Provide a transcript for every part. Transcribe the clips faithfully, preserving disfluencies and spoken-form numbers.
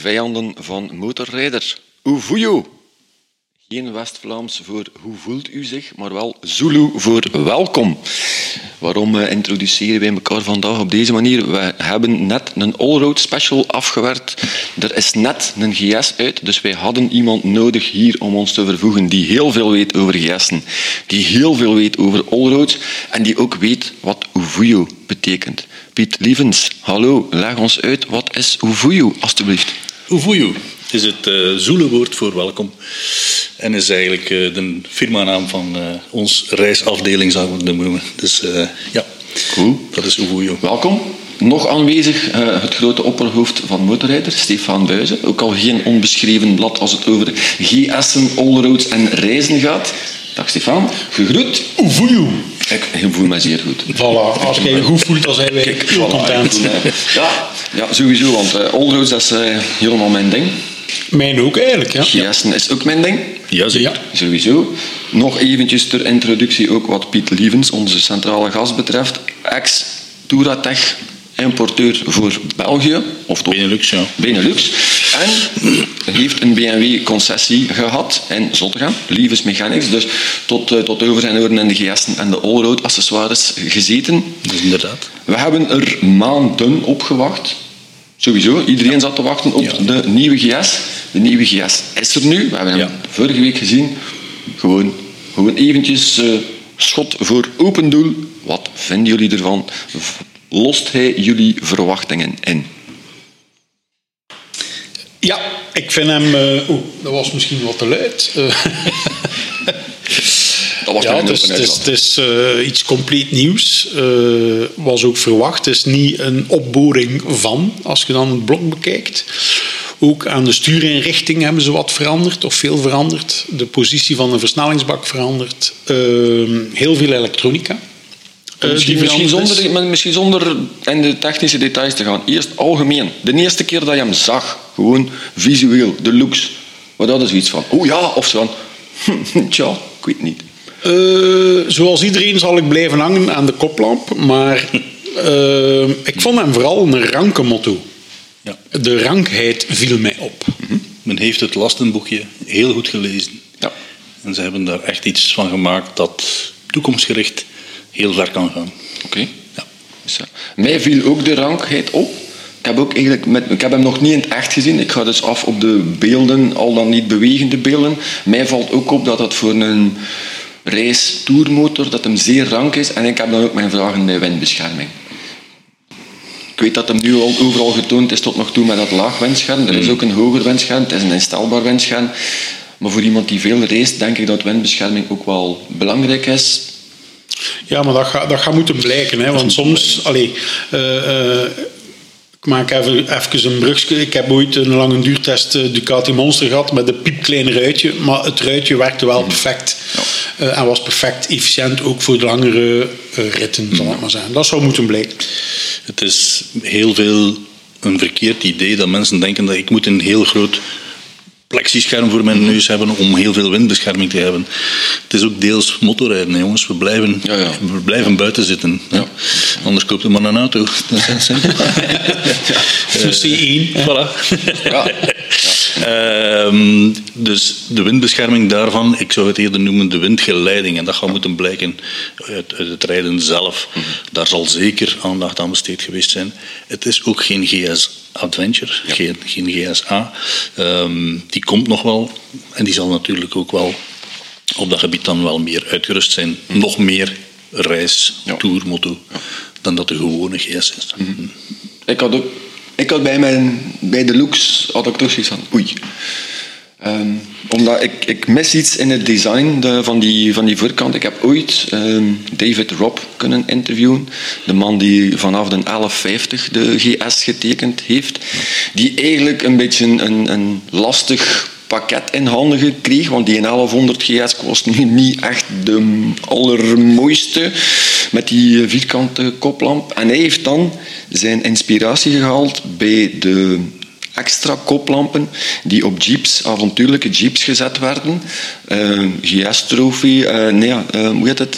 vijanden van motorrijder. Hoe voel je? Geen West-Vlaams voor hoe voelt u zich, maar wel Zulu voor welkom. Waarom uh, introduceren wij elkaar vandaag op deze manier? We hebben net een Allroad special afgewerkt. Er is net een G S uit, dus wij hadden iemand nodig hier om ons te vervoegen die heel veel weet over G S'en, die heel veel weet over Allroads en die ook weet wat Uvuyo betekent. Piet Lievens, hallo, leg ons uit, wat is Uvuyo, alstublieft? Uvuyo is het uh, Zulu-woord voor welkom. En is eigenlijk uh, de firmanaam van uh, ons reisafdeling, zou ik het noemen. Dus uh, ja, cool. Dat is Uvuyo. Welkom. Nog aanwezig uh, het grote opperhoofd van motorrijder, Stefan Buijzen. Ook al geen onbeschreven blad als het over G S'en, allroads en reizen gaat. Dag Stefan, gegroet. Uvuyo. Ik, ik voel me zeer goed. Voilà, als jij je goed voelt, dan zijn wij Kijk, heel voilà, content. Voel, uh, ja, ja, sowieso, want uh, allroads dat is uh, helemaal mijn ding. Mijn ook eigenlijk, ja. G S'en is ook mijn ding. Ja, zeker. Ja. Sowieso. Nog eventjes ter introductie ook wat Piet Lievens, onze centrale gast, betreft. Ex-Touratech importeur voor België. Of toch Benelux, ja. Benelux. En heeft een B M W-concessie gehad in Zottegem, Lievens Mechanics. Dus tot, uh, tot over zijn oren in de G S'en en de allroad accessoires gezeten. Dat is inderdaad. We hebben er maanden op gewacht. Sowieso, iedereen ja. zat te wachten op ja. de nieuwe G S. De nieuwe G S is er nu. We hebben hem ja. vorige week gezien. Gewoon, gewoon eventjes uh, schot voor open doel. Wat vinden jullie ervan? Lost hij jullie verwachtingen in? Ja, ik vind hem... Uh, oh, dat was misschien wat te luid. Uh, dat was ja, het is, het is, het is uh, iets compleet nieuws. Uh, was ook verwacht. Het is niet een opboring van, als je dan het blok bekijkt. Ook aan de stuurinrichting hebben ze wat veranderd, of veel veranderd. De positie van de versnellingsbak veranderd. Uh, heel veel elektronica. Uh, misschien, misschien, zonder, misschien zonder in de technische details te gaan. Eerst algemeen. De eerste keer dat je hem zag, gewoon visueel, de looks. Wat dat is iets van, oh ja, of zo van, tja, ik weet niet. Uh, zoals iedereen zal ik blijven hangen aan de koplamp, maar uh, ik vond hem vooral een ranke motto. Ja. De rankheid viel mij op. Mm-hmm. Men heeft het lastenboekje heel goed gelezen. Ja. En ze hebben daar echt iets van gemaakt dat toekomstgericht heel ver kan gaan. Oké. Okay. Ja. Dus, uh, mij viel ook de rankheid op. Ik heb, ook eigenlijk met, ik heb hem nog niet in het echt gezien. Ik ga dus af op de beelden, al dan niet bewegende beelden. Mij valt ook op dat dat voor een race-tourmotor dat hem zeer rank is. En ik heb dan ook mijn vragen bij windbescherming. Ik weet dat hem nu al overal getoond is tot nog toe met dat laag windscherm. Er is ook een hoger windscherm, het is een instelbaar windscherm. Maar voor iemand die veel race, denk ik dat windbescherming ook wel belangrijk is. Ja, maar dat gaat, dat gaat moeten blijken. Hè? Want soms... Allee, uh, uh, ik maak even, even een brugje. Ik heb ooit een lange duurtest uh, Ducati Monster gehad met een piepklein ruitje. Maar het ruitje werkte wel perfect. Ja. Uh, en was perfect efficiënt, ook voor de langere uh, ritten, zal ik maar zeggen. Dat zou moeten blijken. Het is heel veel een verkeerd idee dat mensen denken dat ik moet een heel groot plexischerm voor mijn neus hebben om heel veel windbescherming te hebben. Het is ook deels motorrijden, hè, jongens. We blijven, ja, ja. we blijven buiten zitten. Ja. Ja. Anders koopt u maar een auto. Dat is simpel. Zo C één. Voilà. Ja. Ja. Um, dus de windbescherming daarvan, ik zou het eerder noemen de windgeleiding. En dat gaat moeten blijken uit, uit het rijden zelf. Mm-hmm. Daar zal zeker aandacht aan besteed geweest zijn. Het is ook geen G S Adventure, ja. geen, geen G S A. Um, die komt nog wel. En die zal natuurlijk ook wel op dat gebied dan wel meer uitgerust zijn. Mm. Nog meer reis, ja. tourmotto, ja. dan dat de gewone G S is. Mm. Ik had ook Ik had bij, mijn, bij de looks had ik toch zoiets van oei. Um, omdat ik, ik mis iets in het design de, van, die, van die voorkant. Ik heb ooit um, David Robb kunnen interviewen. De man die vanaf de elf vijftig de G S getekend heeft. Die eigenlijk een beetje een, een lastig pakket in handen gekregen. Want die elfhonderd G S kost nu niet echt de allermooiste. Met die vierkante koplamp. En hij heeft dan zijn inspiratie gehaald bij de extra koplampen die op jeeps, avontuurlijke jeeps gezet werden. Uh, G S-trofee, uh, nee, uh, hoe heet het?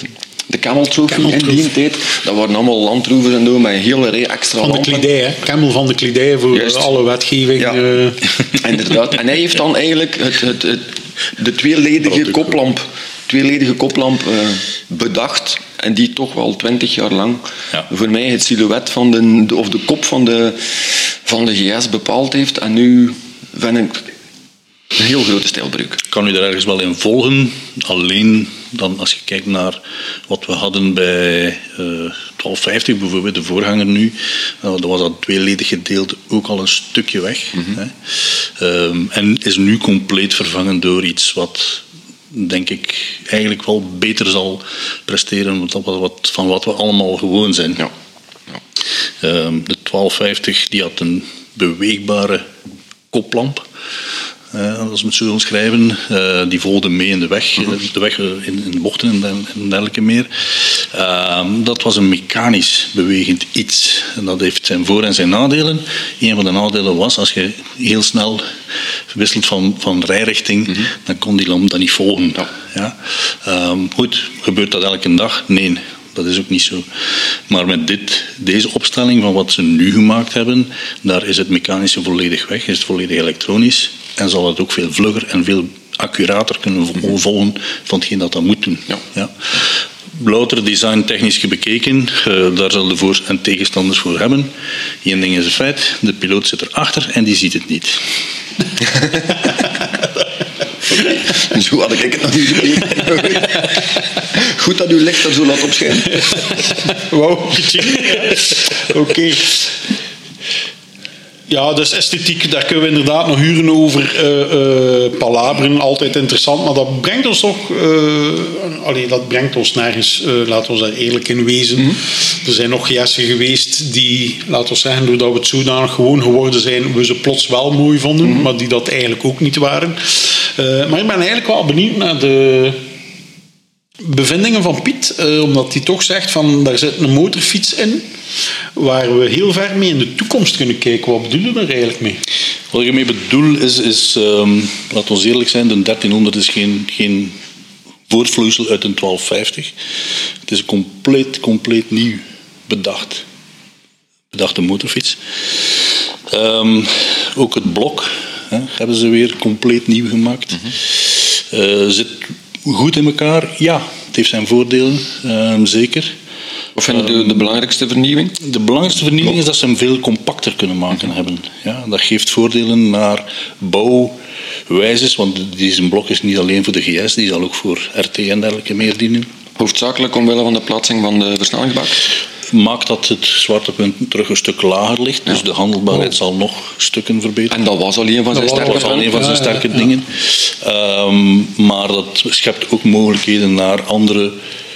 de Camel Trophy Camel in die tijd. Dat waren allemaal landrovers en zo, met een hele rij extra Van de lampen. kledij, hè? Camel van de kledij voor Juist. alle wetgeving. Ja. Uh. Inderdaad. En hij heeft dan eigenlijk het, het, het, de tweeledige koplamp, tweeledige koplamp uh, bedacht. En die toch wel twintig jaar lang Ja. voor mij het silhouet van de, de, of de kop van de, van de G S bepaald heeft. En nu vind ik een heel grote stijlbreuk. Ik kan u daar ergens wel in volgen. Alleen dan als je kijkt naar wat we hadden bij uh, twaalf vijftig, bijvoorbeeld de voorganger nu, uh, dan was dat tweeledig gedeelte ook al een stukje weg. Mm-hmm. Hè. Um, en is nu compleet vervangen door iets wat, denk ik, eigenlijk wel beter zal presteren dan wat, van wat we allemaal gewoon zijn. Ja. Ja. Um, de twaalf vijftig die had een beweegbare koplamp. Uh, als we het zo willen schrijven, uh, die volgde mee in de weg, uh, de weg uh, in, in de bochten en, en dergelijke meer. Uh, dat was een mechanisch bewegend iets. En dat heeft zijn voor- en zijn nadelen. Een van de nadelen was, als je heel snel wisselt van, van rijrichting, mm-hmm. dan kon die lamp dat niet volgen. Ja. Ja? Um, goed, gebeurt dat elke dag? Nee. Dat is ook niet zo. Maar met dit, deze opstelling van wat ze nu gemaakt hebben, daar is het mechanische volledig weg, is het volledig elektronisch en zal het ook veel vlugger en veel accurater kunnen volgen van hetgeen dat dat moet doen. Ja. Ja. Louter designtechnisch bekeken, uh, daar zullen de voor- en tegenstanders voor hebben. Eén ding is een feit, de piloot zit erachter en die ziet het niet. Zo had ik het nog niet gekeken. Goed dat uw licht er zo laat opschijnen. Wauw, oké. Okay. Ja, dus esthetiek, daar kunnen we inderdaad nog uren over uh, uh, palaberen. Altijd interessant, maar dat brengt ons toch... Uh, allee, dat brengt ons nergens, uh, laten we daar eerlijk in wezen. Mm-hmm. Er zijn nog G S'en geweest die, laten we zeggen, doordat we het zodanig gewoon geworden zijn, we ze plots wel mooi vonden, mm-hmm. maar die dat eigenlijk ook niet waren. Uh, maar ik ben eigenlijk wel benieuwd naar de bevindingen van Piet, uh, omdat hij toch zegt van daar zit een motorfiets in waar we heel ver mee in de toekomst kunnen kijken. Wat bedoel je daar eigenlijk mee? Wat ik ermee bedoel is, is um, laten we eerlijk zijn, de dertienhonderd is geen, geen voortvloeisel uit een twaalf vijftig. Het is compleet, compleet nieuw bedacht. Bedachte motorfiets. Um, ook het blok hè, hebben ze weer compleet nieuw gemaakt. Mm-hmm. Uh, zit goed in elkaar? Ja, het heeft zijn voordelen, um, zeker. Wat vind je de, de belangrijkste vernieuwing? De belangrijkste vernieuwing is dat ze hem veel compacter kunnen maken hebben. Ja, dat geeft voordelen naar bouwwijzes, want deze blok is niet alleen voor de G S, die zal ook voor R T en dergelijke meer dienen. Hoofdzakelijk omwille van de plaatsing van de versnellingsbak? Maakt dat het zwaartepunt terug een stuk lager ligt, dus ja. de handelbaarheid oh. zal nog stukken verbeteren. En dat was al een van zijn sterke, dat was al een van zijn sterke ja, ja, ja. dingen. Um, maar dat schept ook mogelijkheden naar andere...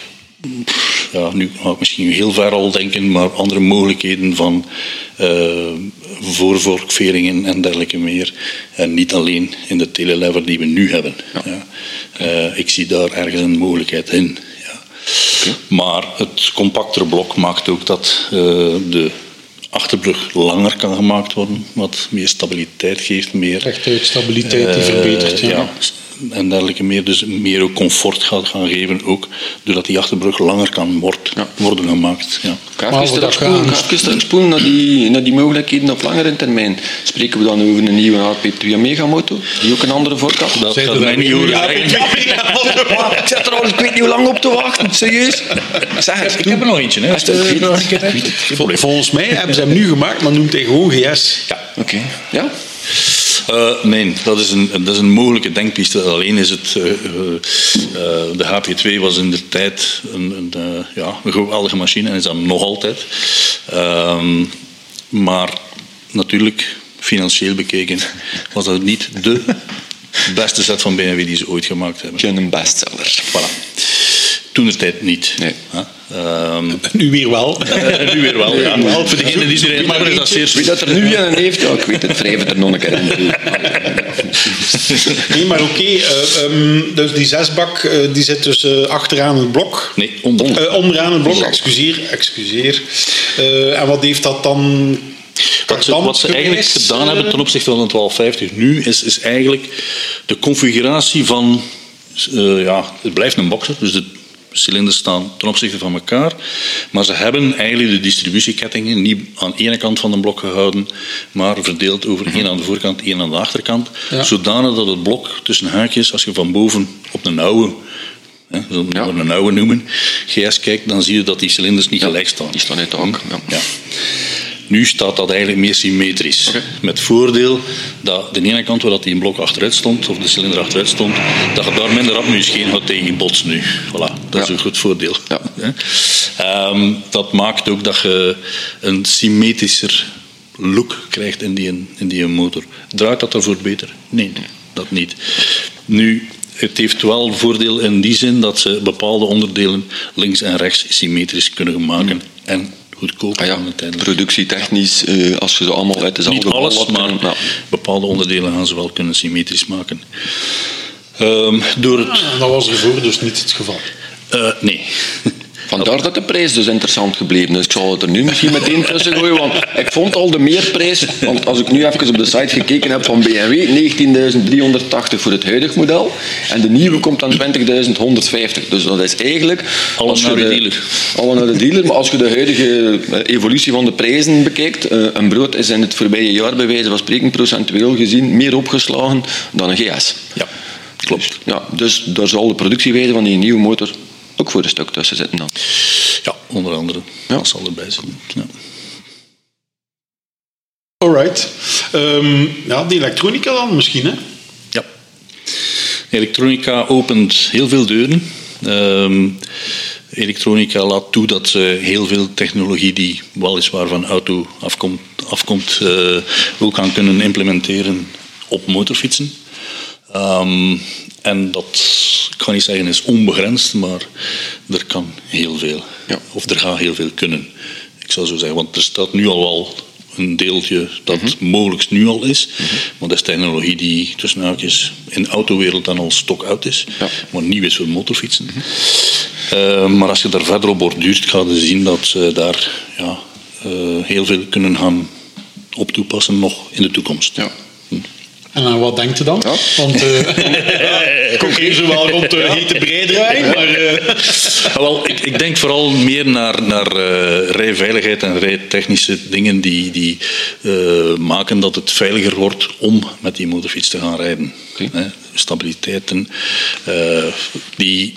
Ja, nu ga ik misschien heel ver al denken, maar andere mogelijkheden van uh, voorvorkveringen en dergelijke meer. En niet alleen in de telelever die we nu hebben. Ja. Ja. Uh, ik zie daar ergens een mogelijkheid in. Ja. Okay. Maar het compactere blok maakt ook dat uh, de achterbrug langer kan gemaakt worden, wat meer stabiliteit geeft. Meer, Rechtuit stabiliteit die uh, verbetert. Ja. ja. En dergelijke meer, dus meer ook comfort gaat gaan geven, ook doordat die achterbrug langer kan wordt, ja. worden gemaakt. Ja. Ga even terugspoelen naar die, naar die mogelijkheden op langere termijn. Spreken we dan over een nieuwe H P twee Megamoto, die ook een andere vork had? Dat gaat mij niet horen. Ik zit er al, ik weet niet hoe lang op te wachten, serieus. Zeg het, ik heb er nog eentje. Hè. Vol, volgens mij hebben ze hem nu gemaakt, maar noemt hij gewoon G S. Ja, oké. Okay. Ja? Uh, nee, dat is, een, dat is een mogelijke denkpiste. Alleen is het... Uh, uh, de H P twee was in de tijd een, een, uh, ja, een geweldige machine en is dat nog altijd. Uh, maar natuurlijk, financieel bekeken, was dat niet de beste set van B M W die ze ooit gemaakt hebben. Geen een bestseller. Voilà. Toen de tijd niet. Nee. Uh, um, nu weer wel. Uh, nu weer wel, ja. ja. Wel, voor degene die er maar is dat zeer... Wie dat er nu een heeft, ja, ik weet het, wrijf het er nog een keer in. Nee, maar oké, okay, uh, um, dus die zesbak uh, die zit dus uh, achteraan het blok. Nee, onder. Uh, onderaan het blok, excuseer. excuseer. Uh, en wat heeft dat dan... Wat ze, wat ze eigenlijk gedaan hebben ten opzichte van de twaalf vijftig nu, is, is eigenlijk de configuratie van... Uh, ja, het blijft een boxer, dus de cilinders staan ten opzichte van elkaar, maar ze hebben eigenlijk de distributiekettingen niet aan de ene kant van de blok gehouden, maar verdeeld over één aan de voorkant, één aan de achterkant, ja. zodanig dat het blok tussen haakjes, als je van boven op een oude, hè, we zullen het een oude noemen, G S kijkt, dan zie je dat die cilinders niet ja, gelijk staan. Die staan uit de hak. Ja. Ja. Nu staat dat eigenlijk meer symmetrisch. Okay. Met voordeel dat de ene kant waar dat die een blok achteruit stond, of de cilinder achteruit stond, dat je daar minder rap nu scheen gaat tegen botsen nu. Voilà, dat ja. is een goed voordeel. Ja. Um, dat maakt ook dat je een symmetrischer look krijgt in die, in die motor. Draait dat daarvoor beter? Nee, dat niet. Nu, het heeft wel voordeel in die zin dat ze bepaalde onderdelen links en rechts symmetrisch kunnen maken. Mm. En goedkoper. Ah ja, productietechnisch, uh, als je ze allemaal uit dezelfde niet alles, bal maar ja. bepaalde onderdelen gaan ze wel kunnen symmetrisch maken. Um, door het... ah, dat was ervoor dus niet het geval. Uh, nee. Vandaar dat de prijs dus interessant gebleven is. Ik zal het er nu misschien meteen tussen gooien, want ik vond al de meerprijs, want als ik nu even op de site gekeken heb van B M W, negentienduizend driehonderdtachtig voor het huidige model, en de nieuwe komt aan twintigduizend honderdvijftig. Dus dat is eigenlijk... Alle naar de, de dealer. Alle naar de dealer, maar als je de huidige evolutie van de prijzen bekijkt, een brood is in het voorbije jaar bij wijze van spreken procentueel gezien meer opgeslagen dan een G S. Ja, klopt. Ja, dus daar zal de productiewijze van die nieuwe motor ook voor een stuk tussen zitten dan. Ja, onder andere. Ja. Dat zal erbij zitten. Ja. Alright. Um, ja, die elektronica dan misschien, hè? Ja. Elektronica opent heel veel deuren. Um, elektronica laat toe dat ze heel veel technologie die weliswaar van auto afkomt, afkomt uh, ook gaan kunnen implementeren op motorfietsen. Um, en dat, ik ga niet zeggen is onbegrensd, maar er kan heel veel. Ja. Of er gaat heel veel kunnen. Ik zou zo zeggen, want er staat nu al wel een deeltje dat mm-hmm. mogelijk nu al is. Mm-hmm. Maar dat is technologie die tussen haakjes in de autowereld dan al stock-out is. Ja. Maar nieuw is voor motorfietsen. Mm-hmm. Uh, maar als je daar verder op borduurt, ga je zien dat ze daar ja, uh, heel veel kunnen gaan op toepassen nog in de toekomst. Ja. Hm. En aan wat denkt u dan? Ja. Want uh, ik hier zo wel rond de hete brei draaien. Maar, uh... ja, wel, ik, ik denk vooral meer naar, naar uh, rijveiligheid en rijtechnische dingen die, die uh, maken dat het veiliger wordt om met die motorfiets te gaan rijden. Okay. Hè, stabiliteiten uh, die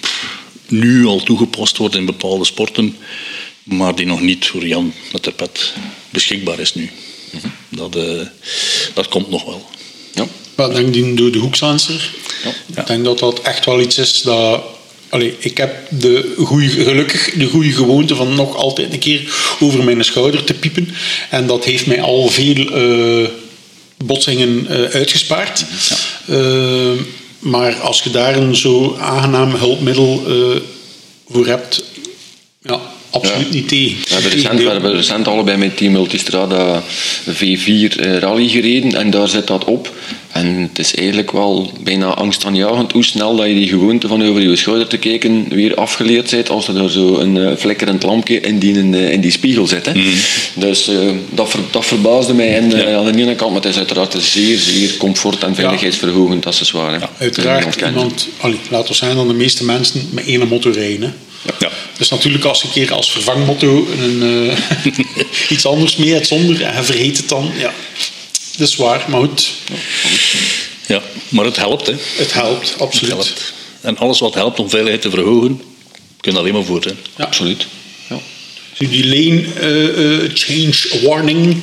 nu al toegepast worden in bepaalde sporten, maar die nog niet voor Jan met de pet beschikbaar is nu. Mm-hmm. Dat, uh, dat komt nog wel. Ja. Maar ik denk door de hoeksensor. Ja. Ik denk dat dat echt wel iets is dat... Allee, ik heb de goeie, gelukkig de goede gewoonte van nog altijd een keer over mijn schouder te piepen. En dat heeft mij al veel uh, botsingen uh, uitgespaard. Ja. Uh, maar als je daar een zo aangenaam hulpmiddel uh, voor hebt... Ja, absoluut ja. niet tegen. We hebben, recent, we hebben recent allebei met Team Multistrada V vier rally gereden en daar zit dat op. En het is eigenlijk wel bijna angstaanjagend hoe snel dat je die gewoonte van over je schouder te kijken weer afgeleerd bent als er daar zo een flikkerend lampje in die, in die spiegel zit. Hè. Mm. Dus uh, dat, ver, dat verbaasde mij en, uh, ja. aan de ene kant, maar het is uiteraard een zeer, zeer comfort- en veiligheidsverhogend accessoire. Ja, uiteraard iemand, allee, laten we zeggen dan de meeste mensen met één motor rijden. Hè. Ja. Dus natuurlijk als je een keer als vervangmotto een, uh, iets anders mee hebt zonder en je vergeet het dan, ja, dat is waar, maar goed. Ja, maar het helpt, hè. Het helpt, absoluut. Het helpt. En alles wat helpt om veiligheid te verhogen, kun je alleen maar voor zijn. Ja, absoluut. Ja. Dus die lane uh, uh, change warning,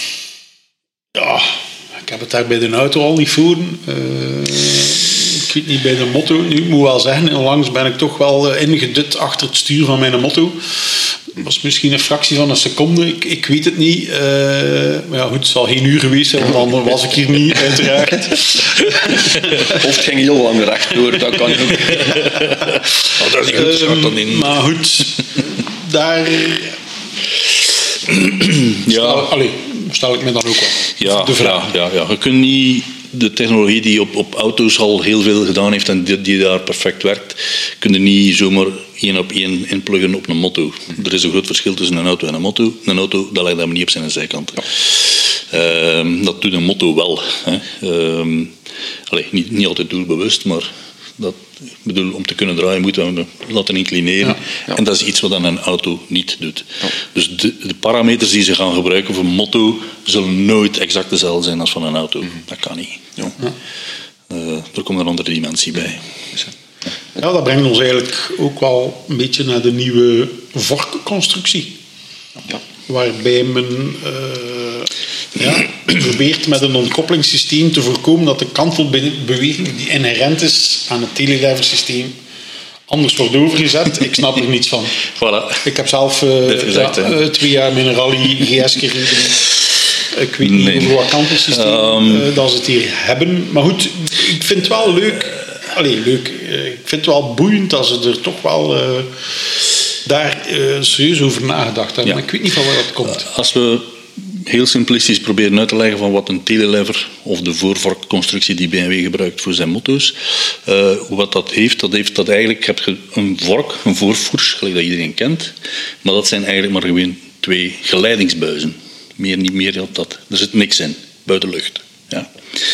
ja, ik heb het daar bij de auto al niet voor. Uh, Ik weet niet bij de motto. Nu, ik moet wel zeggen, onlangs ben ik toch wel ingedut achter het stuur van mijn motto. Dat was misschien een fractie van een seconde, ik, ik weet het niet. Uh, maar ja, goed, het zal geen uur geweest zijn, want dan was ik hier niet, uiteraard. Of het ging heel lang rechtdoor, dat kan ook. Oh, dat is niet goed, um, dan in. Maar goed, daar... ja. Stel, allee, stel ik me dan ook wel ja, de vraag. Ja, ja, ja. Je kunt niet... De technologie die op, op auto's al heel veel gedaan heeft en die, die daar perfect werkt, kun je niet zomaar één op één inpluggen op een motto. Er is een groot verschil tussen een auto en een motto. Een auto, dat lijkt hem niet op zijn zijkant. Ja. Uh, dat doet een motto wel. Hè. Uh, allee, niet, niet altijd doelbewust, maar Dat, ik bedoel, om te kunnen draaien moeten we laten inclineren. Ja. Ja. En dat is iets wat dan een auto niet doet. Ja. Dus de, de parameters die ze gaan gebruiken voor motto zullen nooit exact dezelfde zijn als van een auto. Mm-hmm. Dat kan niet. Ja. Ja. Uh, er komt een andere dimensie bij. Ja, dat brengt ons eigenlijk ook wel een beetje naar de nieuwe vorkconstructie. Ja. Waarbij men uh, ja, probeert met een ontkoppelingssysteem te voorkomen dat de kantelbeweging die inherent is aan het teleleversysteem anders wordt overgezet. Ik snap er niets van. Voilà. Ik heb zelf uh, gezegd, ja, uh, twee jaar met een rally G S gereden. Ik weet niet Nee. over wat kantelsysteem Um, uh, dat ze het hier hebben. Maar goed, ik vind het wel leuk. Allee, leuk. Uh, ik vind het wel boeiend dat ze er toch wel uh, daar uh, serieus over nagedacht hebben. Ja. Maar ik weet niet van waar dat komt. Als we heel simplistisch proberen uit te leggen van wat een telelever of de voorvorkconstructie die B M W gebruikt voor zijn motto's, uh, wat dat heeft, dat heeft dat eigenlijk, heb je een vork, een voorvoers, gelijk dat iedereen kent, maar dat zijn eigenlijk maar gewoon twee geleidingsbuizen. Meer, niet meer dan dat. Er zit niks in, buiten lucht. Ja.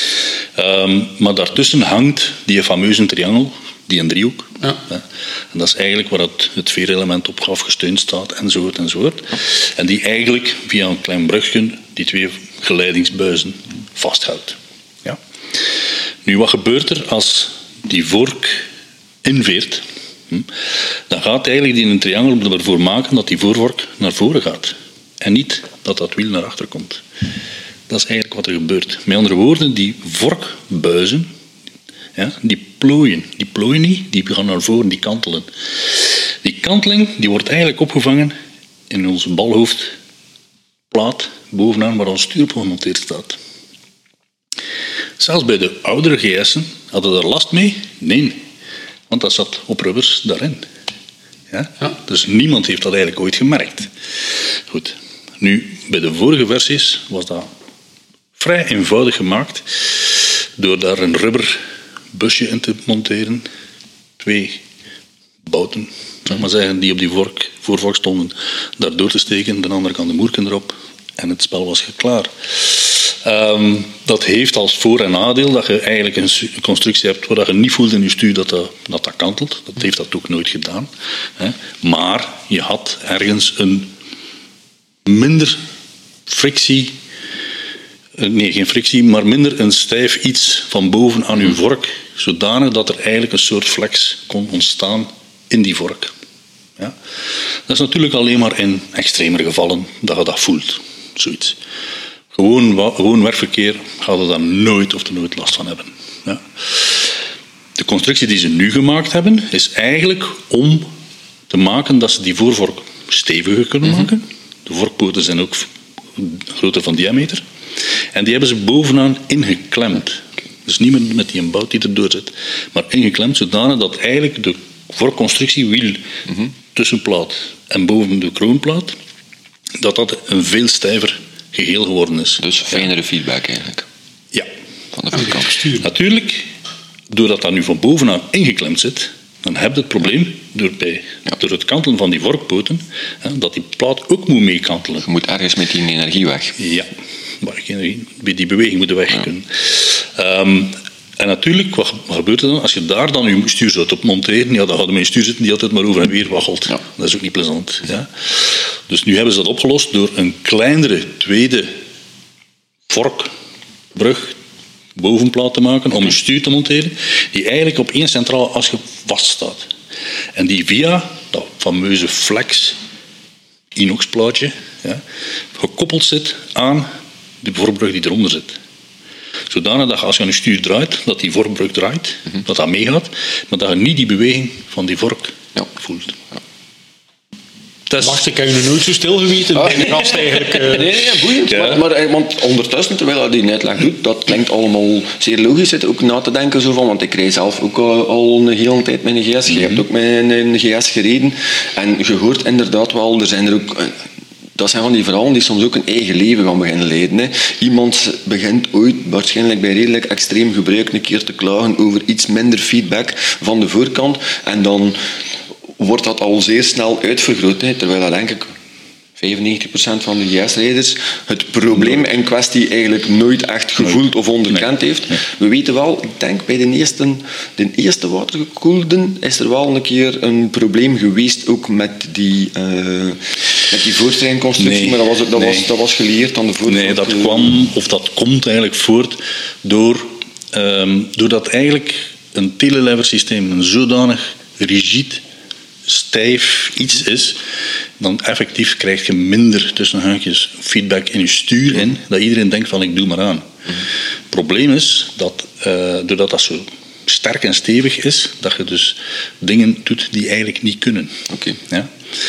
Um, maar daartussen hangt die fameuze triangel, die een driehoek. Ja. Ja. En dat is eigenlijk waar het, het veerelement op afgesteund staat, enzovoort, enzovoort. En die eigenlijk via een klein brugje die twee geleidingsbuizen vasthoudt. Ja. Nu, wat gebeurt er als die vork inveert? Hm? Dan gaat eigenlijk die een triangel ervoor maken dat die voorvork naar voren gaat. En niet dat dat wiel naar achter komt. Dat is eigenlijk wat er gebeurt. Met andere woorden, die vorkbuizen, ja, die plooien. Die plooien niet, die gaan naar voren, die kantelen. Die kanteling die wordt eigenlijk opgevangen in onze balhoofdplaat, bovenaan waar ons stuur op gemonteerd staat. Zelfs bij de oudere G S'en hadden we daar last mee? Nee, want dat zat op rubbers daarin. Ja? Ja. Dus niemand heeft dat eigenlijk ooit gemerkt. Goed. Nu, bij de vorige versies was dat vrij eenvoudig gemaakt door daar een rubber busje in te monteren. Twee bouten, zeg maar zeggen, die op die vork, voorvork stonden, daar door te steken. De andere kant de moerken erop. En het spel was klaar. Um, dat heeft als voor- en nadeel dat je eigenlijk een constructie hebt waar je niet voelt in je stuur dat dat, dat, dat kantelt. Dat heeft dat ook nooit gedaan. Hè. Maar je had ergens een minder frictie, nee, geen frictie, maar minder een stijf iets van boven aan uw vork, zodanig dat er eigenlijk een soort flex kon ontstaan in die vork. Ja? Dat is natuurlijk alleen maar in extremere gevallen dat je dat voelt, zoiets. Gewoon, gewoon werkverkeer gaat er daar nooit of er nooit last van hebben. Ja? De constructie die ze nu gemaakt hebben, is eigenlijk om te maken dat ze die voorvork steviger kunnen maken. De vorkpoten zijn ook groter van diameter. En die hebben ze bovenaan ingeklemd. Dus niet met, met die bout die erdoor zit, maar ingeklemd zodanig dat eigenlijk de vorkconstructie, wiel, mm-hmm. tussenplaat en boven de kroonplaat, dat dat een veel stijver geheel geworden is. Dus fijnere ja. feedback eigenlijk. Ja. Van de voorkant. Natuurlijk, doordat dat nu van bovenaan ingeklemd zit, dan heb je het probleem, door, bij, ja. door het kantelen van die vorkpoten, hè, dat die plaat ook moet meekantelen. Je moet ergens met die energie weg. Ja, maar bij die beweging moet weg kunnen. Ja. Um, en natuurlijk, wat gebeurt er dan? Als je daar dan je stuur zou op monteren, ja, dan gaat er met je stuur zitten die altijd maar over en weer waggelt. Ja. Dat is ook niet plezant. Ja. Dus nu hebben ze dat opgelost door een kleinere tweede vorkbrug, bovenplaat te maken om een stuur te monteren, die eigenlijk op één centrale as vaststaat. En die via dat fameuze flex inoxplaatje ja, gekoppeld zit aan de vorkbrug die eronder zit. Zodanig dat als je aan je stuur draait, dat die vorkbrug draait, mm-hmm. dat dat meegaat, maar dat je niet die beweging van die vork ja. voelt. Ja. Is... Wacht, ik heb je nooit zo stilgeweten. Ah, nee, eigenlijk, uh... nee, nee, boeiend. Ja. Maar, maar, want ondertussen, terwijl hij die uitleg doet, dat klinkt allemaal zeer logisch. Zit ook na te denken zo van, want ik reed zelf ook al, al een hele tijd met een G S. Mm-hmm. Je hebt ook met een G S gereden. En je hoort inderdaad wel, er zijn er ook... Dat zijn van die verhalen die soms ook een eigen leven gaan beginnen leiden. Hè. Iemand begint ooit, waarschijnlijk bij redelijk extreem gebruik, een keer te klagen over iets minder feedback van de voorkant. En dan wordt dat al zeer snel uitvergroot. Hè. Terwijl dat denk ik vijfennegentig procent van de G S-rijders het probleem in kwestie eigenlijk nooit echt gevoeld of onderkend Nee. heeft. We weten wel, ik denk bij de eerste, de eerste watergekoelden is er wel een keer een probleem geweest, ook met die, uh, met die voortreinconstructie, Nee. maar dat was, dat, Nee. was, dat was geleerd aan de voorkant. Nee, dat kwam, of dat komt eigenlijk voort door, um, doordat eigenlijk een teleleversysteem een zodanig rigide, stijf iets is, dan effectief krijg je minder tussen haakjes feedback in je stuur in, dat iedereen denkt van ik doe maar aan. Mm-hmm. Het probleem is dat, uh, doordat dat zo sterk en stevig is, dat je dus dingen doet die eigenlijk niet kunnen. Okay. Ja?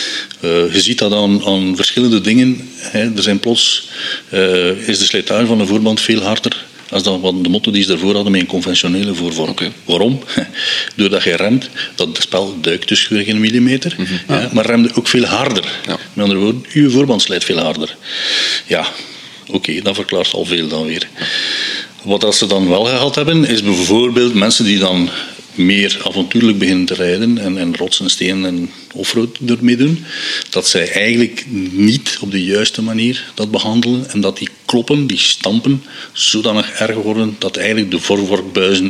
Uh, je ziet dat aan, aan verschillende dingen. Hè. Er zijn plots, uh, is de slijtage van de voorband veel harder als dan wat de motor die ze daarvoor hadden met een conventionele voorvorm. Okay. Waarom? Doordat je remt, dat spel duikt dus geen millimeter, mm-hmm. ja, ja, maar remde ook veel harder. Ja. Met andere woorden, je voorband slijt veel harder. Ja, oké, okay, dat verklaart al veel dan weer. Ja. Wat dat ze dan wel gehad hebben, is bijvoorbeeld mensen die dan meer avontuurlijk beginnen te rijden en, en rotsen, stenen en offroad ermee doen, dat zij eigenlijk niet op de juiste manier dat behandelen en dat die kloppen, die stampen, zodanig erg worden dat eigenlijk de voorvorkbuizen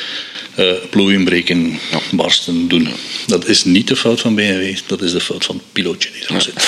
uh, plooien breken, ja. barsten doen. Dat is niet de fout van B M W, dat is de fout van het pilootje die daar ja. zit.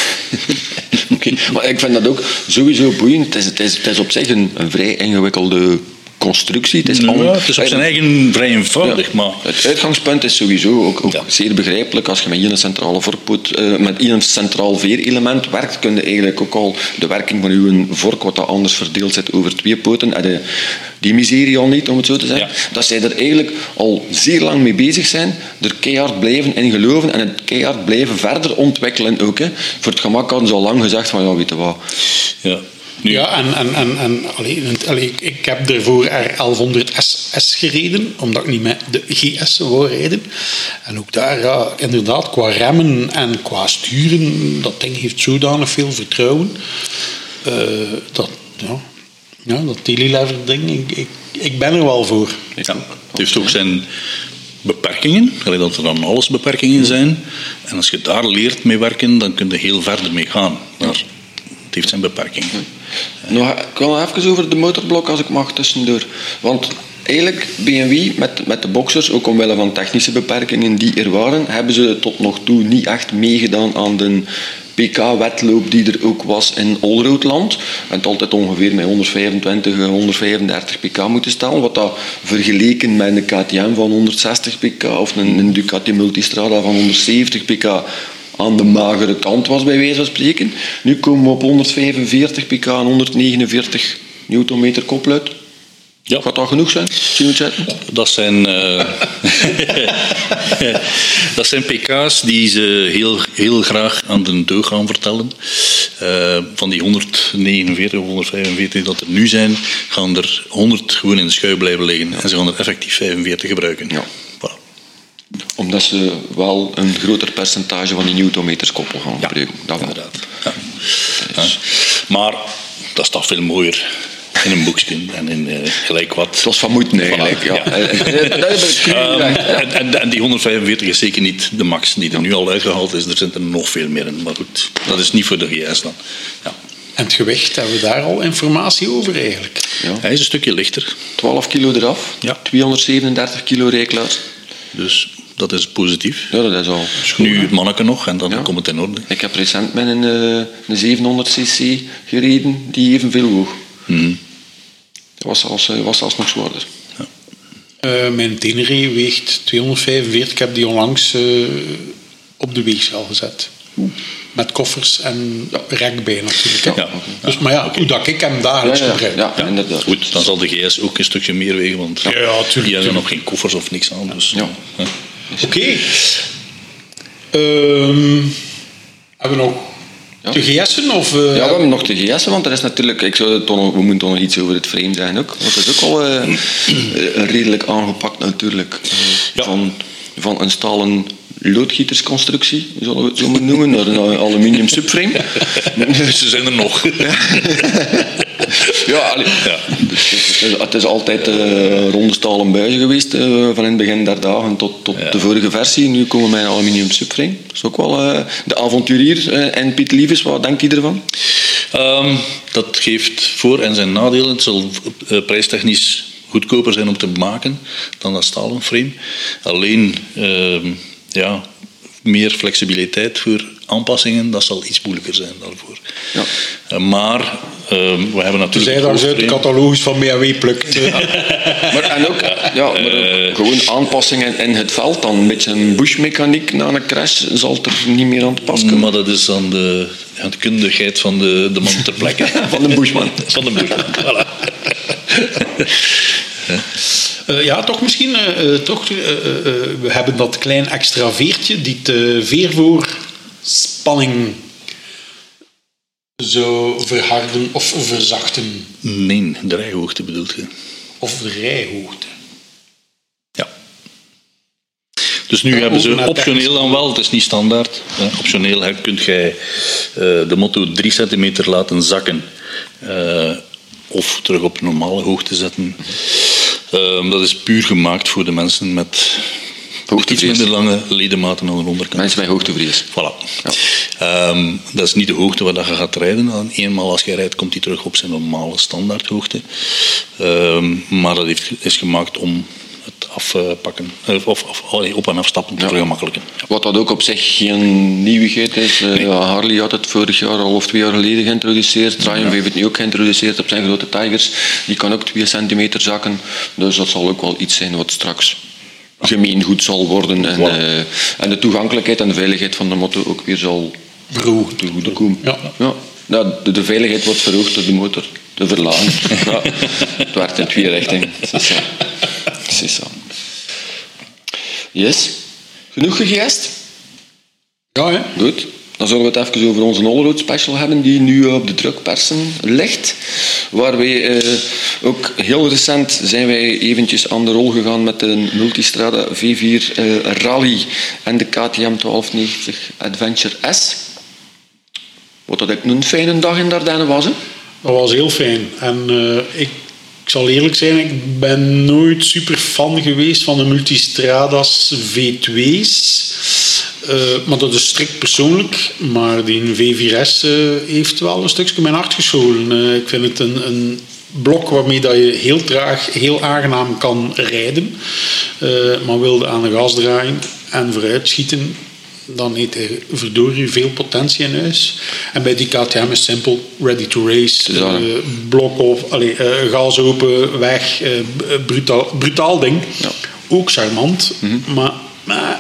Okay. Maar ik vind dat ook sowieso boeiend. Het is, het is, het is op zich een, een vrij ingewikkelde constructie. Het is, ja, al, het is op zijn eigen vrij eenvoudig. Ja, maar het uitgangspunt is sowieso ook, ook ja. zeer begrijpelijk. Als je met één centrale vorkpoot, uh, met één centraal veerelement werkt, kun je eigenlijk ook al de werking van je vork, wat dat anders verdeeld zit over twee poten, en de, die miserie al niet, om het zo te zeggen. Ja. Dat zij er eigenlijk al zeer lang mee bezig zijn, er keihard blijven in geloven en het keihard blijven verder ontwikkelen ook. Hè. Voor het gemak hadden ze al lang gezegd van, ja, weet je wat. Ja. Nu. Ja, en, en, en, en allee, allee, ik heb ervoor R elfhonderd S S gereden, omdat ik niet met de G S wou rijden. En ook daar, ja, inderdaad, qua remmen en qua sturen, dat ding heeft zodanig veel vertrouwen. Uh, dat, ja, ja, dat telelever-ding, ik, ik, ik ben er wel voor. Ja, het heeft ook zijn beperkingen, dat er dan alles beperkingen zijn. En als je daar leert mee werken, dan kun je heel verder mee gaan. Maar het heeft zijn beperkingen. Nog, ik wil nog even over de motorblok, als ik mag, tussendoor. Want eigenlijk, B M W met, met de boxers, ook omwille van technische beperkingen die er waren, hebben ze tot nog toe niet echt meegedaan aan de pk-wedloop die er ook was in Allroadland. En het altijd ongeveer met honderdvijfentwintig, honderdvijfendertig pk moeten stellen. Wat dat vergeleken met een K T M van honderdzestig pk of een, een Ducati Multistrada van honderdzeventig pk aan de magere kant was, bij wijze van spreken. Nu komen we op honderdvijfenveertig pk en honderdnegenenveertig newtonmeter kopluid. Ja. Gaat dat genoeg zijn? Dat zijn, uh, dat zijn pk's die ze heel, heel graag aan de deug gaan vertellen. Uh, van die honderdnegenenveertig of honderdvijfenveertig dat er nu zijn, gaan er honderd gewoon in de schuif blijven liggen. Ja. En ze gaan er effectief vijfenveertig gebruiken. Ja. Omdat ze wel een groter percentage van die newtonmeters koppel gaan gebruiken. Ja, dat inderdaad. Ja. Ja. Maar dat is toch veel mooier in een boekje en in uh, gelijk wat. Het was van moeten eigenlijk. Ja. Ja. Dat heb ik um, en, en, en die honderdvijfenveertig is zeker niet de max die er nu al uitgehaald is. Er zit er nog veel meer in. Maar goed, dat is niet voor de G S dan. Ja. En het gewicht, hebben we daar al informatie over eigenlijk? Ja. Hij is een stukje lichter. twaalf kilo eraf. Ja. tweehonderdzevenendertig kilo rijklaar. Dus dat is positief. Ja, dat is al schoon, nu het manneke nog en dan ja. komt het in orde. Ik heb recent met een, een zevenhonderd cc gereden die evenveel woog. Mm-hmm. Dat was zelfs, was zelfs nog zwaarder. Ja. Uh, mijn Tenere weegt tweehonderdvijfenveertig. Ik heb die onlangs uh, op de weegschaal gezet. Oeh. Met koffers en ja. rek bij natuurlijk. Ja. Ja. Dus, maar ja, okay. hoe dat ik hem dagelijks ja, ja. gebruik. Ja, ja, ja. Goed, dan zal de G S ook een stukje meer wegen, want ja, ja, die hebben nog geen koffers of niks aan. Dus, ja. ja. Oké. Okay. Um, hebben we nog ja. de G S'en? Of, uh, ja, we hebben nog de G S'en, want er is natuurlijk, ik zou toch nog, we moeten toch nog iets over het frame zeggen ook. Want dat is ook al uh, redelijk aangepakt natuurlijk. Uh, ja. van, van een stalen loodgietersconstructie, zullen we het zo maar noemen, naar een aluminium subframe. Ze zijn er nog. ja, allee, ja. Dus het, is, het is altijd uh, ronde stalen buizen geweest, uh, van in het begin der dagen tot, tot ja. de vorige versie. Nu komen we met een aluminium subframe. Dat is ook wel uh, de avonturier. Uh, en Piet Liefes, wat denkt hij ervan? Um, dat geeft voor- en zijn nadelen. Het zal uh, prijstechnisch goedkoper zijn om te maken dan dat stalen frame. Alleen, uh, ja, meer flexibiliteit voor aanpassingen, dat zal iets moeilijker zijn daarvoor. Ja. Uh, maar uh, we hebben natuurlijk... Zij dan uit de catalogus van B M W plukt. Ja. maar, en ook, ja, maar ook uh, gewoon aanpassingen in het veld, dan een beetje een Bush-mechaniek na een crash zal er niet meer aan te pas komen. Maar dat is aan de, aan de kundigheid van de, de man ter plekke. van de Bushman. van de Bushman, voilà. Uh, ja, toch misschien. Uh, toch, uh, uh, we hebben dat klein extra veertje die de veervoorspanning zou verharden of verzachten. Nee, de rijhoogte bedoelt je? Of de rijhoogte. Ja. Dus nu ja, hebben ze optioneel dan wel, het is niet standaard. Uh, optioneel kunt jij uh, de motto drie centimeter laten zakken. Uh, of terug op normale hoogte zetten. Uh, dat is puur gemaakt voor de mensen met iets minder lange ledematen aan de onderkant. Mensen met hoogtevrees. Voilà. Ja. Um, dat is niet de hoogte waar je gaat rijden. Eenmaal als je rijdt, komt hij terug op zijn normale standaardhoogte. Um, maar dat heeft, is gemaakt om het afpakken, of, of op- en afstappen te ja. vergemakkelijken. Ja. Wat dat ook op zich geen nieuwigheid is. Uh, nee. ja, Harley had het vorig jaar al of twee jaar geleden geïntroduceerd. Triumph ja. heeft het nu ook geïntroduceerd op zijn grote Tigers. Die kan ook twee centimeter zakken. Dus dat zal ook wel iets zijn wat straks gemeengoed zal worden. En, wow. uh, en de toegankelijkheid en de veiligheid van de motor ook weer zal verhoogd te goede komen. Ja. Ja. Ja, de, de veiligheid wordt verhoogd door de motor te verlagen. ja. Het werkt in twee richtingen. Precies zo. Yes. Genoeg gegijst? Ja, hè? Goed. Dan zullen we het even over onze Allroad Special hebben, die nu op de drukpersen ligt. Waar wij uh, ook heel recent zijn wij eventjes aan de rol gegaan met de Multistrada V vier uh, Rally en de K T M twaalf negentig Adventure S. Wat dat ook een fijne dag in Dardenne was, hè? Dat was heel fijn. En uh, ik, ik zal eerlijk zijn, ik ben nooit super fan geweest van de Multistrada's V twee's. Uh, maar dat is strikt persoonlijk. Maar die V vier S uh, heeft wel een stukje mijn hart gescholen. Uh, ik vind het een, een blok waarmee dat je heel traag, heel aangenaam kan rijden. Uh, maar wilde aan de gas draaien en vooruit schieten, dan heeft hij verdorie veel potentie in huis. En bij die K T M is simpel, ready to race, uh, blok of, allez, uh, gas open, weg, uh, brutaal, brutaal ding. Ja. Ook charmant, mm-hmm. maar, maar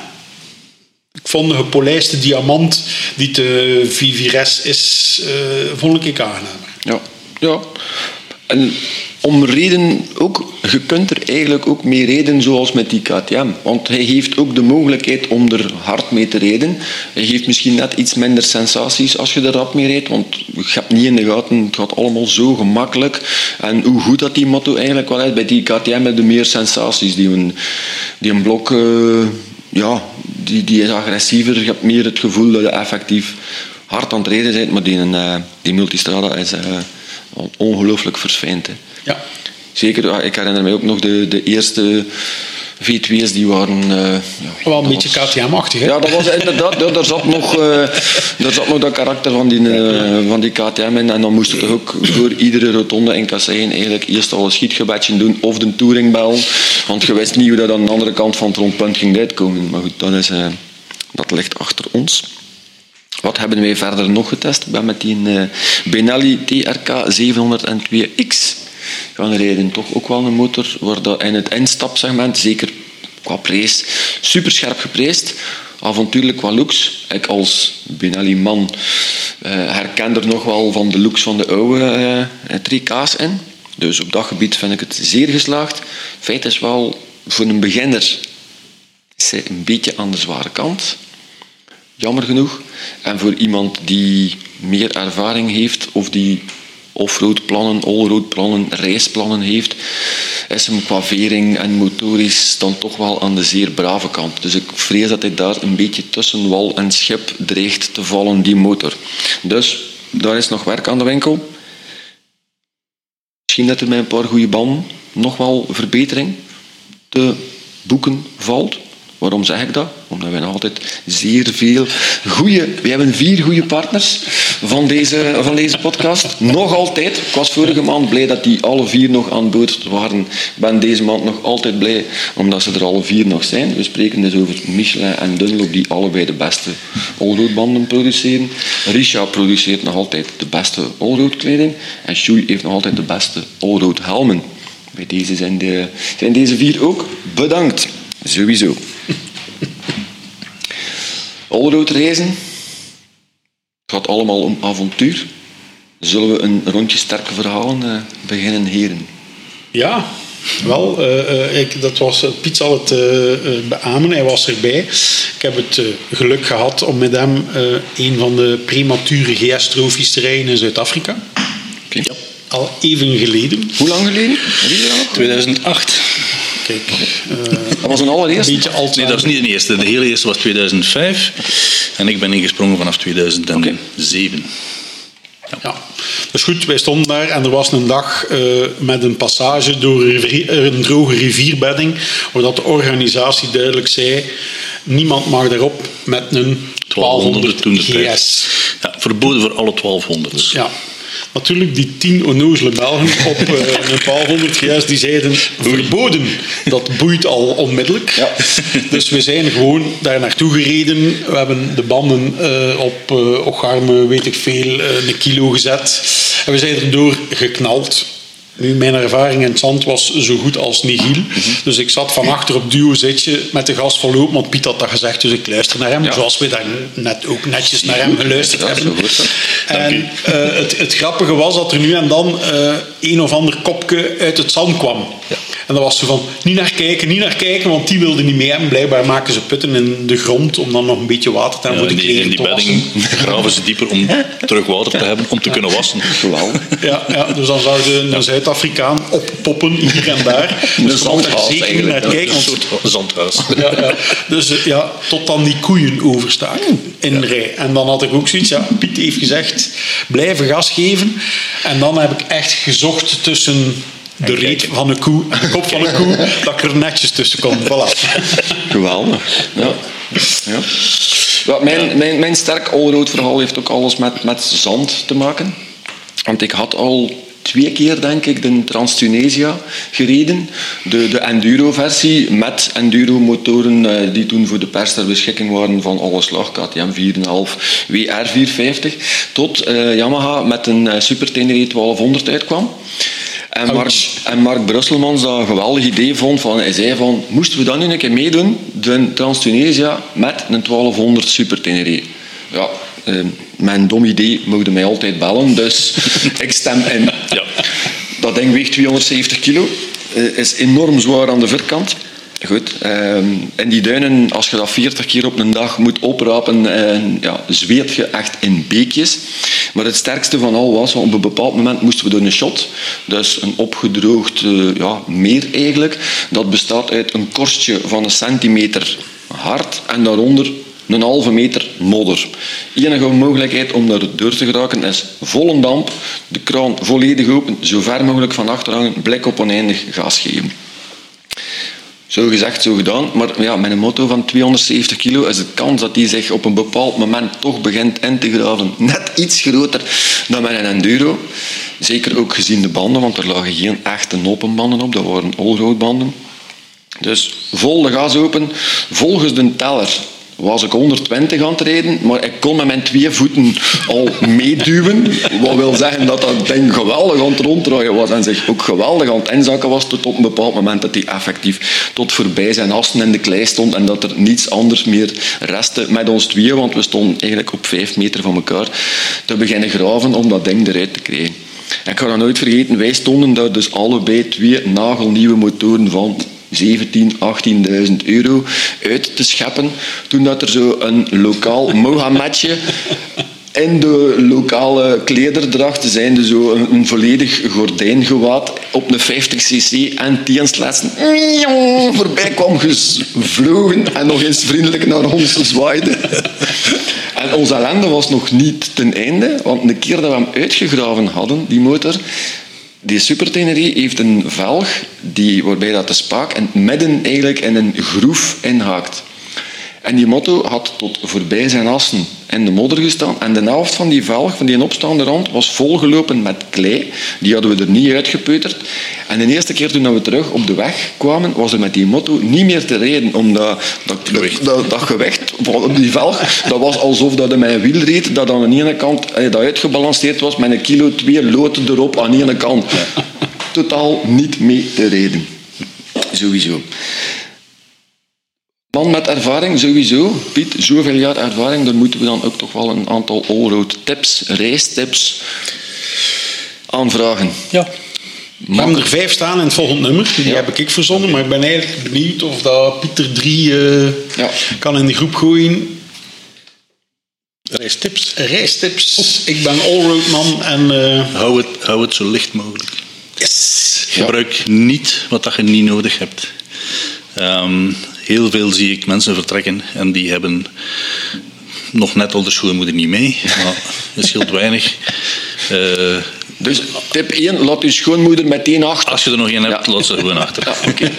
ik vond de gepolijste diamant die de V vier S is, uh, vond ik aangenamer. Ja, ja. En om reden ook, je kunt er eigenlijk ook mee rijden zoals met die K T M. Want hij heeft ook de mogelijkheid om er hard mee te rijden. Hij geeft misschien net iets minder sensaties als je er rap mee rijdt. Want je hebt niet in de gaten, het gaat allemaal zo gemakkelijk. En hoe goed dat die motto eigenlijk wel is. Bij die K T M hebben meer sensaties. Die een, die een blok, uh, ja, die, die is agressiever. Je hebt meer het gevoel dat je effectief hard aan het rijden bent. Maar die, uh, die Multistrada is uh, ongelooflijk versfijnd. Hè. Ja. Zeker, ik herinner mij ook nog de, de eerste V twee's die waren... Uh, ja, wel een beetje was, K T M-achtig, hè? Ja, dat was inderdaad... Ja, daar, zat nog, uh, daar zat nog dat karakter van die, uh, van die K T M in. En dan moest je toch ook voor iedere rotonde in Kasseien eigenlijk eerst al een schietgebedje doen of de touringbel. Want je wist niet hoe dat aan de andere kant van het rondpunt ging uitkomen. Maar goed, dat, is, uh, dat ligt achter ons. Wat hebben wij verder nog getest? Ik ben met die uh, Benelli T R K zevenhonderdtwee X gaan rijden. Toch ook wel een motor waar dat in het instapsegment, zeker qua prijs, super scherp geprijsd. Avontuurlijk qua looks. Ik als Benelli-man uh, herken er nog wel van de looks van de oude uh, drie K's in. Dus op dat gebied vind ik het zeer geslaagd. Feit is wel, voor een beginner is hij een beetje aan de zware kant. Jammer genoeg. En voor iemand die meer ervaring heeft of die off-road plannen, all-road plannen, reisplannen heeft, is hem qua vering en motorisch dan toch wel aan de zeer brave kant. Dus ik vrees dat hij daar een beetje tussen wal en schip dreigt te vallen, die motor. Dus daar is nog werk aan de winkel. misschien dat er met een paar goede banden nog wel verbetering te boeken valt. Waarom zeg ik dat? Omdat wij nog altijd zeer veel goede... We hebben vier goede partners van deze, van deze podcast. Nog altijd. Ik was vorige maand blij dat die alle vier nog aan boord waren. Ik ben deze maand nog altijd blij, omdat ze er alle vier nog zijn. We spreken dus over Michelin en Dunlop, die allebei de beste allroad banden produceren. Richard produceert nog altijd de beste allroad kleding. En Shoei heeft nog altijd de beste allroad helmen. Bij deze zijn, de, zijn deze vier ook bedankt. Sowieso. Allroad reizen. Het gaat allemaal om avontuur. Zullen we een rondje sterke verhalen uh, beginnen, heren? Ja, wel. Uh, uh, ik, dat was, Piet zal het uh, uh, beamen, hij was erbij. Ik heb het uh, geluk gehad om met hem uh, een van de premature G S-trofies te rijden in Zuid-Afrika. Okay. Ja, al even geleden. Hoe lang geleden? tweeduizend acht. Kijk, uh, dat was een allereerste? Een beetje nee, dat was niet de eerste. De hele eerste was tweeduizend vijf. En ik ben ingesprongen vanaf tweeduizend zeven. Okay. Ja. Ja. Dus goed, wij stonden daar en er was een dag uh, met een passage door een droge rivierbedding, waar de organisatie duidelijk zei, niemand mag daarop met een twaalfhonderd G S. Ja, verboden voor alle twaalfhonderd. Ja. Natuurlijk, die tien onnozele Belgen op uh, een twaalfhonderd G S, die zeiden verboden. Dat boeit al onmiddellijk. Ja. Dus we zijn gewoon daar naartoe gereden. We hebben de banden uh, op uh, ocharme, weet ik veel, uh, een kilo gezet. En we zijn erdoor geknald. Nu, mijn ervaring in het zand was zo goed als nihil. Mm-hmm. Dus ik zat van achter op duo zitje met de gas vollopen, want Piet had dat gezegd, dus ik luister naar hem. Ja. Zoals we daar net ook netjes naar hem geluisterd ja, hebben. Goed, en uh, het, het grappige was dat er nu en dan uh, een of ander kopje uit het zand kwam. Ja. En dan was ze van, niet naar kijken, niet naar kijken, want die wilde niet mee hebben. Blijkbaar maken ze putten in de grond om dan nog een beetje water te hebben ja, voor de kleren in die te wassen. bedding graven ze dieper om terug water te hebben, om te kunnen wassen. Ja, ja, dus dan zou je een Zuid-Afrikaan oppoppen hier en daar. Dus een zandhuis zeker naar kijken. Een soort zandhuis. Ja, ja. Dus ja, tot dan die koeien overstaken in de ja. rij. En dan had ik ook zoiets, ja, Piet heeft gezegd, blijven gas geven. En dan heb ik echt gezocht tussen de reet van een koe en de kop van een koe, dat ik er netjes tussen kon. Voilà. Geweldig. Ja. Ja. Ja, mijn, mijn, mijn sterk allroad verhaal heeft ook alles met, met zand te maken. Want ik had al twee keer, denk ik, de Trans-Tunisia gereden. De, de enduro-versie met enduro-motoren uh, die toen voor de pers ter beschikking waren van alle slag. K T M vier komma vijf, W R vierhonderdvijftig. Tot uh, Yamaha met een uh, Super Tenere twaalfhonderd uitkwam. En Mark, en Mark Brusselmans dat een geweldig idee vond. Van, hij zei van, moesten we dan nu een keer meedoen, de Trans-Tunisia, met een twaalfhonderd Super Tenere. Ja, uh, mijn dom idee mocht mij altijd bellen, dus ik stem in. Ja. Dat ding weegt tweehonderdzeventig kilo, uh, is enorm zwaar aan de voorkant. Goed, uh, in die duinen, als je dat veertig keer op een dag moet oprapen, uh, ja, zweet je echt in beekjes. Maar het sterkste van al was, op een bepaald moment moesten we door een shot, dus een opgedroogd uh, ja, meer eigenlijk. Dat bestaat uit een korstje van een centimeter hard en daaronder een halve meter modder. Enige mogelijkheid om daar door te geraken is volle damp, de kraan volledig open, zo ver mogelijk van achter hangen, blik op oneindig gas geven. Zo gezegd, zo gedaan. Maar ja, met een motor van tweehonderdzeventig kilo is de kans dat die zich op een bepaald moment toch begint in te graven net iets groter dan met een enduro. Zeker ook gezien de banden, want er lagen geen echte openbanden op, dat waren allroadbanden. Dus vol de gas open, volgens de teller was ik honderdtwintig aan het rijden, maar ik kon met mijn twee voeten al meeduwen. Wat wil zeggen dat dat ding geweldig aan het ronddraaien was en zich ook geweldig aan het inzakken was, tot op een bepaald moment dat hij effectief tot voorbij zijn assen in de klei stond en dat er niets anders meer restte met ons tweeën, want we stonden eigenlijk op vijf meter van elkaar te beginnen graven om dat ding eruit te krijgen. En ik ga dat nooit vergeten, wij stonden daar dus allebei twee nagelnieuwe motoren van zeventien, achttienduizend euro uit te scheppen, toen dat er zo een lokaal Mohammedje in de lokale klederdracht zijnde zo een, een volledig gordijngewaad op een vijftig cc en tiensletsen voorbij kwam gevlogen en nog eens vriendelijk naar ons zwaaide. En onze ellende was nog niet ten einde, want de keer dat we hem uitgegraven hadden, die motor, die Supertenere heeft een velg die, waarbij dat de spaak en midden eigenlijk in een groef inhaakt. En die motto had tot voorbij zijn assen in de modder gestaan. En de helft van die velg, van die opstaande rand, was volgelopen met klei. Die hadden we er niet uitgepeuterd. En de eerste keer toen we terug op de weg kwamen, was er met die motto niet meer te rijden. Omdat dat, gewicht. dat, dat gewicht van die velg, dat was alsof dat je met een wiel reed, dat aan de ene kant dat uitgebalanceerd was met een kilo twee loten erop aan de ene kant. Totaal niet mee te rijden. Sowieso. Man met ervaring, sowieso. Piet, zoveel jaar ervaring, daar moeten we dan ook toch wel een aantal allroad tips, reistips aanvragen. Ja. We hebben er vijf staan in het volgende nummer. Die ja. heb ik verzonnen, maar ik ben eigenlijk benieuwd of dat Pieter drie uh, ja. kan in de groep gooien. Reistips. Reistips. Oh. Ik ben allroadman en... Uh... Hou, het, hou het zo licht mogelijk. Yes. Gebruik ja. niet wat dat je niet nodig hebt. Um, heel veel zie ik mensen vertrekken en die hebben nog net al de schoonmoeder niet mee. Maar het scheelt weinig. Uh, Dus tip één, laat je schoonmoeder meteen achter. Als je er nog één hebt, ja. laat ze er gewoon achter. Ja, okay.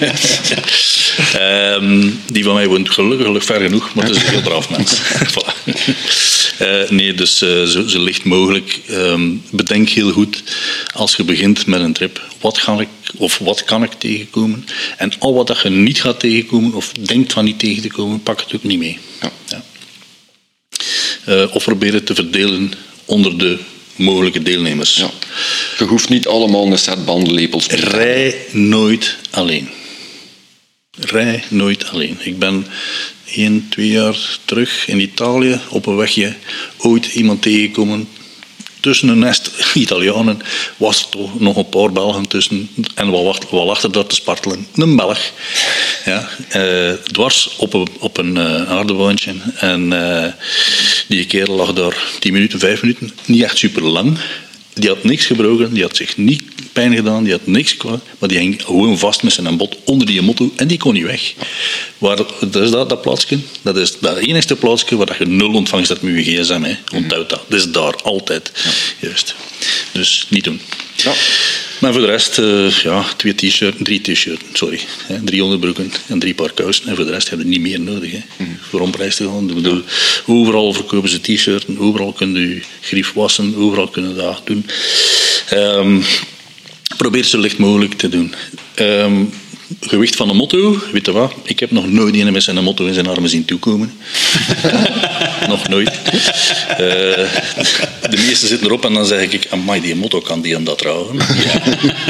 um, die van mij woont gelukkig ver genoeg, maar het is een heel braaf mens. Voilà. uh, nee, dus uh, zo, zo licht mogelijk. Um, bedenk heel goed, als je begint met een trip, wat, ga ik, of wat kan ik tegenkomen? En al wat dat je niet gaat tegenkomen, of denkt van niet tegen te komen, pak het ook niet mee. Ja. Ja. Uh, of probeer het te verdelen onder de mogelijke deelnemers. Ja. Je hoeft niet allemaal een set bandenlepels te hebben. Rij nooit alleen. Rij nooit alleen. Ik ben één, twee jaar terug in Italië op een wegje ooit iemand tegengekomen. Tussen een nest Italianen was er toch nog een paar Belgen tussen. En wat lag er daar te spartelen? Een Belg. Ja, uh, dwars op een, op een uh, aardewoontje. En uh, die kerel lag daar tien minuten, vijf minuten. Niet echt super lang. Die had niks gebroken, die had zich niet pijn gedaan, die had niks kwaad, maar die hing gewoon vast met zijn bot onder die motto en die kon niet weg. Waar, dat is dat, dat plaatsje, dat is dat enigste plaatsje waar je nul ontvangst hebt met je gsm. Hè. Onthoud dat. Dat is daar, altijd. Ja. Juist. Dus niet doen. Ja. Maar voor de rest, uh, ja, twee t-shirts, drie t-shirts, sorry. Hè, drie onderbroeken en drie paar kousen. En voor de rest heb je niet meer nodig. Hè. Mm. Voor om prijs te gaan. Ik bedoel, overal verkopen ze t-shirts, overal kun je grief wassen, overal kunnen dat doen. Um, probeer zo licht mogelijk te doen. Um, gewicht van een motto, weet je wat? Ik heb nog nooit iemand met zijn motto in zijn armen zien toekomen. Nog nooit. Uh, de meesten zitten erop en dan zeg ik, amai, die motto kan die en dat dragen. Ja.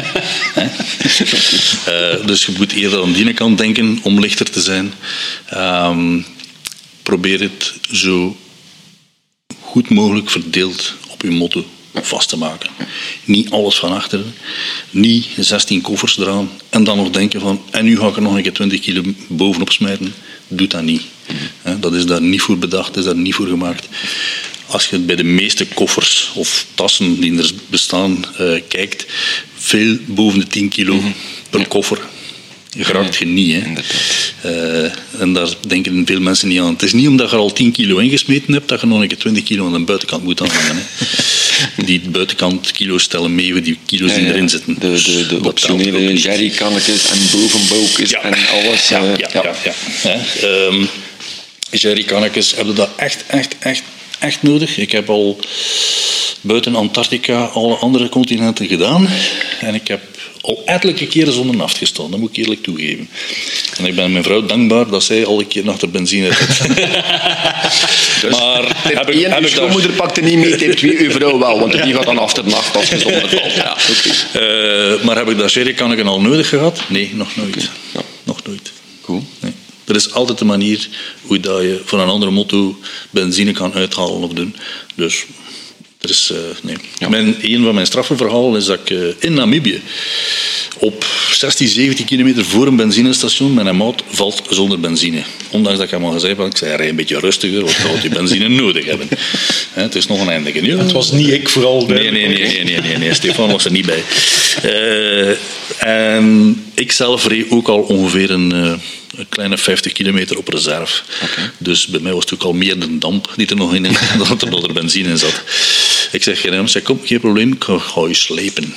uh, dus je moet eerder aan die kant denken om lichter te zijn. Um, probeer het zo goed mogelijk verdeeld op je motto vast te maken. Niet alles van achteren, niet zestien koffers eraan en dan nog denken van en nu ga ik er nog een keer twintig kilo bovenop smijten. Doe dat niet. Mm. Dat is daar niet voor bedacht, dat is daar niet voor gemaakt. Als je bij de meeste koffers of tassen die er bestaan uh, kijkt, veel boven de tien kilo mm-hmm. per koffer. Je geraakt je niet. Hè. Uh, en daar denken veel mensen niet aan. Het is niet omdat je er al tien kilo ingesmeten hebt, dat je nog een keer twintig kilo aan de buitenkant moet aanhangen. Hè. Die buitenkant kilo's stellen mee voor die kilo's die ja, ja. erin zitten. De, de, de optionele jerrycannetjes en bovenboukjes ja. en alles. Ja, ja, ja. ja, ja. ja. Um, jerrycannetjes hebben dat echt, echt, echt, echt nodig. Ik heb al buiten Antarctica alle andere continenten gedaan. En ik heb al ettelijke keren zonder naft gestaan, dat moet ik eerlijk toegeven. En ik ben mijn vrouw dankbaar dat zij al een keer naar de benzine heeft. Dus maar heb ik, heb uw schoonmoeder daar... pakte niet mee, tip twee, uw vrouw wel, want die gaat dan af de nacht als je zonder valt. Ja, okay. uh, maar heb ik dat jerrycanneken al nodig gehad? Nee, nog nooit. Okay. Ja. Nog nooit. Cool. Nee. Er is altijd een manier hoe dat je van een andere motto benzine kan uithalen of doen. Dus... Er is, uh, nee. ja. mijn, een van mijn strafverhalen is dat ik uh, in Namibië op zestien, zeventien kilometer voor een benzinestation met een maat valt zonder benzine. Ondanks dat ik hem al gezegd heb, ik zei, rij een beetje rustiger, want je gaat die benzine nodig hebben. He, het is nog een eindige. Ja. Het was niet ik vooral. Nee, nee, nee, nee, nee, nee, nee. Stefan was er niet bij. Uh, en ik zelf reed ook al ongeveer een... Uh, een kleine vijftig kilometer op reserve. Okay. Dus bij mij was het ook al meer de damp die er nog in dat er nog benzine in zat. Ik zeg, ik zeg kom, geen probleem, ik ga, ga je slepen.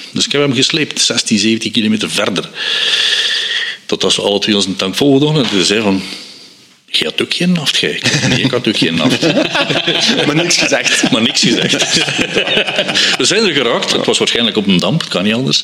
Dus ik heb hem gesleept, zestien, zeventien kilometer verder. Tot als we alle twee onze tank vol hadden. En toen zei van... Je had ook geen naft, jij. Nee, ik had ook geen naft. Maar niks gezegd. Maar niks gezegd. We zijn er geraakt. Het was waarschijnlijk op een damp, het kan niet anders.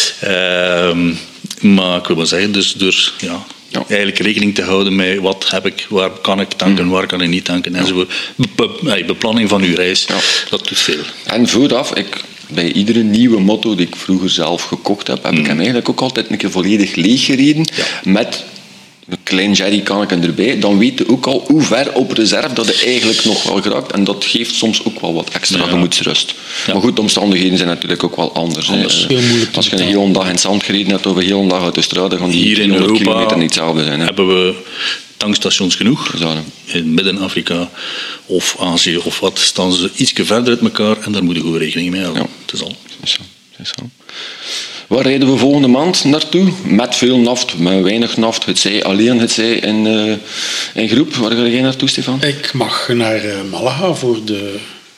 Ja. Uh, maar ik wil maar zeggen, dus door ja, ja. eigenlijk rekening te houden met wat heb ik, waar kan ik tanken, waar kan ik niet tanken, enzovoort. Be- beplanning van uw reis, ja. dat doet veel. En vooraf, ik... Bij iedere nieuwe motto die ik vroeger zelf gekocht heb, heb mm. ik hem eigenlijk ook altijd een keer volledig leeg gereden. Ja. Met een klein jerrycannetje erbij. Dan weet je ook al hoe ver op reserve dat je eigenlijk nog wel geraakt. En dat geeft soms ook wel wat extra ja. gemoedsrust. Ja. Maar goed, de omstandigheden zijn natuurlijk ook wel anders. anders. Heel moeilijk Als je een hele dag in het zand gereden hebt of een hele dag uit de straat, dan gaan die hier in Europa kilometer niet hetzelfde zijn. Hè. Hebben we tankstations genoeg. Ja. In Midden-Afrika of Azië of wat, staan ze ietsje verder uit elkaar en daar moet je goed rekening mee houden. Ja. Het is al. Het is zo. Het is zo. Waar rijden we volgende maand naartoe? Met veel naft, met weinig naft. Het zij alleen, het zij in, uh, in groep. Waar ga jij naartoe, Stefan? Ik mag naar uh, Malaga voor de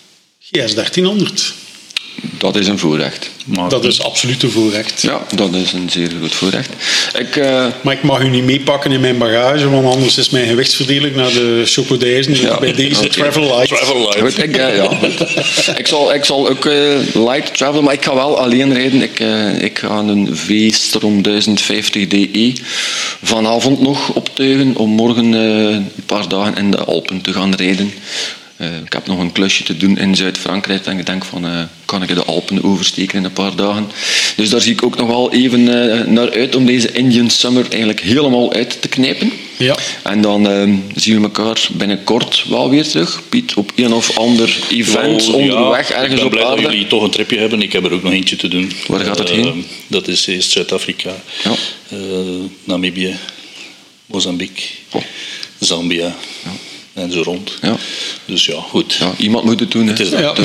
G S dertienhonderd. Dat is een voorrecht. Maar dat is absoluut een voorrecht. Ja, dat is een zeer goed voorrecht. Ik, uh... Maar ik mag u niet meepakken in mijn bagage, want anders is mijn gewichtsverdeling naar de chocodijzen. Ja. Bij deze okay. Travel Light. Travel Light. Goed, ik, uh, ja, goed. ik, zal, ik zal ook uh, light travelen, maar ik ga wel alleen rijden. Ik, uh, ik ga een V-Strom duizend vijftig D E vanavond nog optuigen om morgen uh, een paar dagen in de Alpen te gaan rijden. Uh, ik heb nog een klusje te doen in Zuid-Frankrijk en ik denk van, uh, kan ik de Alpen oversteken in een paar dagen. Dus daar zie ik ook nog wel even uh, naar uit om deze Indian Summer eigenlijk helemaal uit te knijpen. Ja. En dan uh, zien we elkaar binnenkort wel weer terug, Piet, op een of ander event oh, onderweg ja, ergens ik ben op blij aarde. dat jullie toch een tripje hebben. Ik heb er ook nog eentje te doen. Waar gaat het heen? Uh, dat is eerst Zuid-Afrika, ja. uh, Namibië, Mozambique, oh. Zambia. Ja. En zo rond. Ja. Dus ja, goed. Ja, iemand moet het doen. Het is dat. Ja.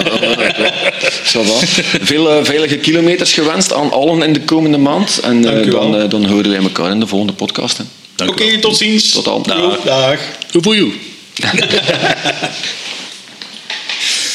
Ja. Veel uh, veilige kilometers gewenst aan allen in de komende maand. En uh, dan, uh, dan horen wij elkaar in de volgende podcast. Oké, okay, tot ziens. Tot dan. Dag. Dag. Goed voor jou.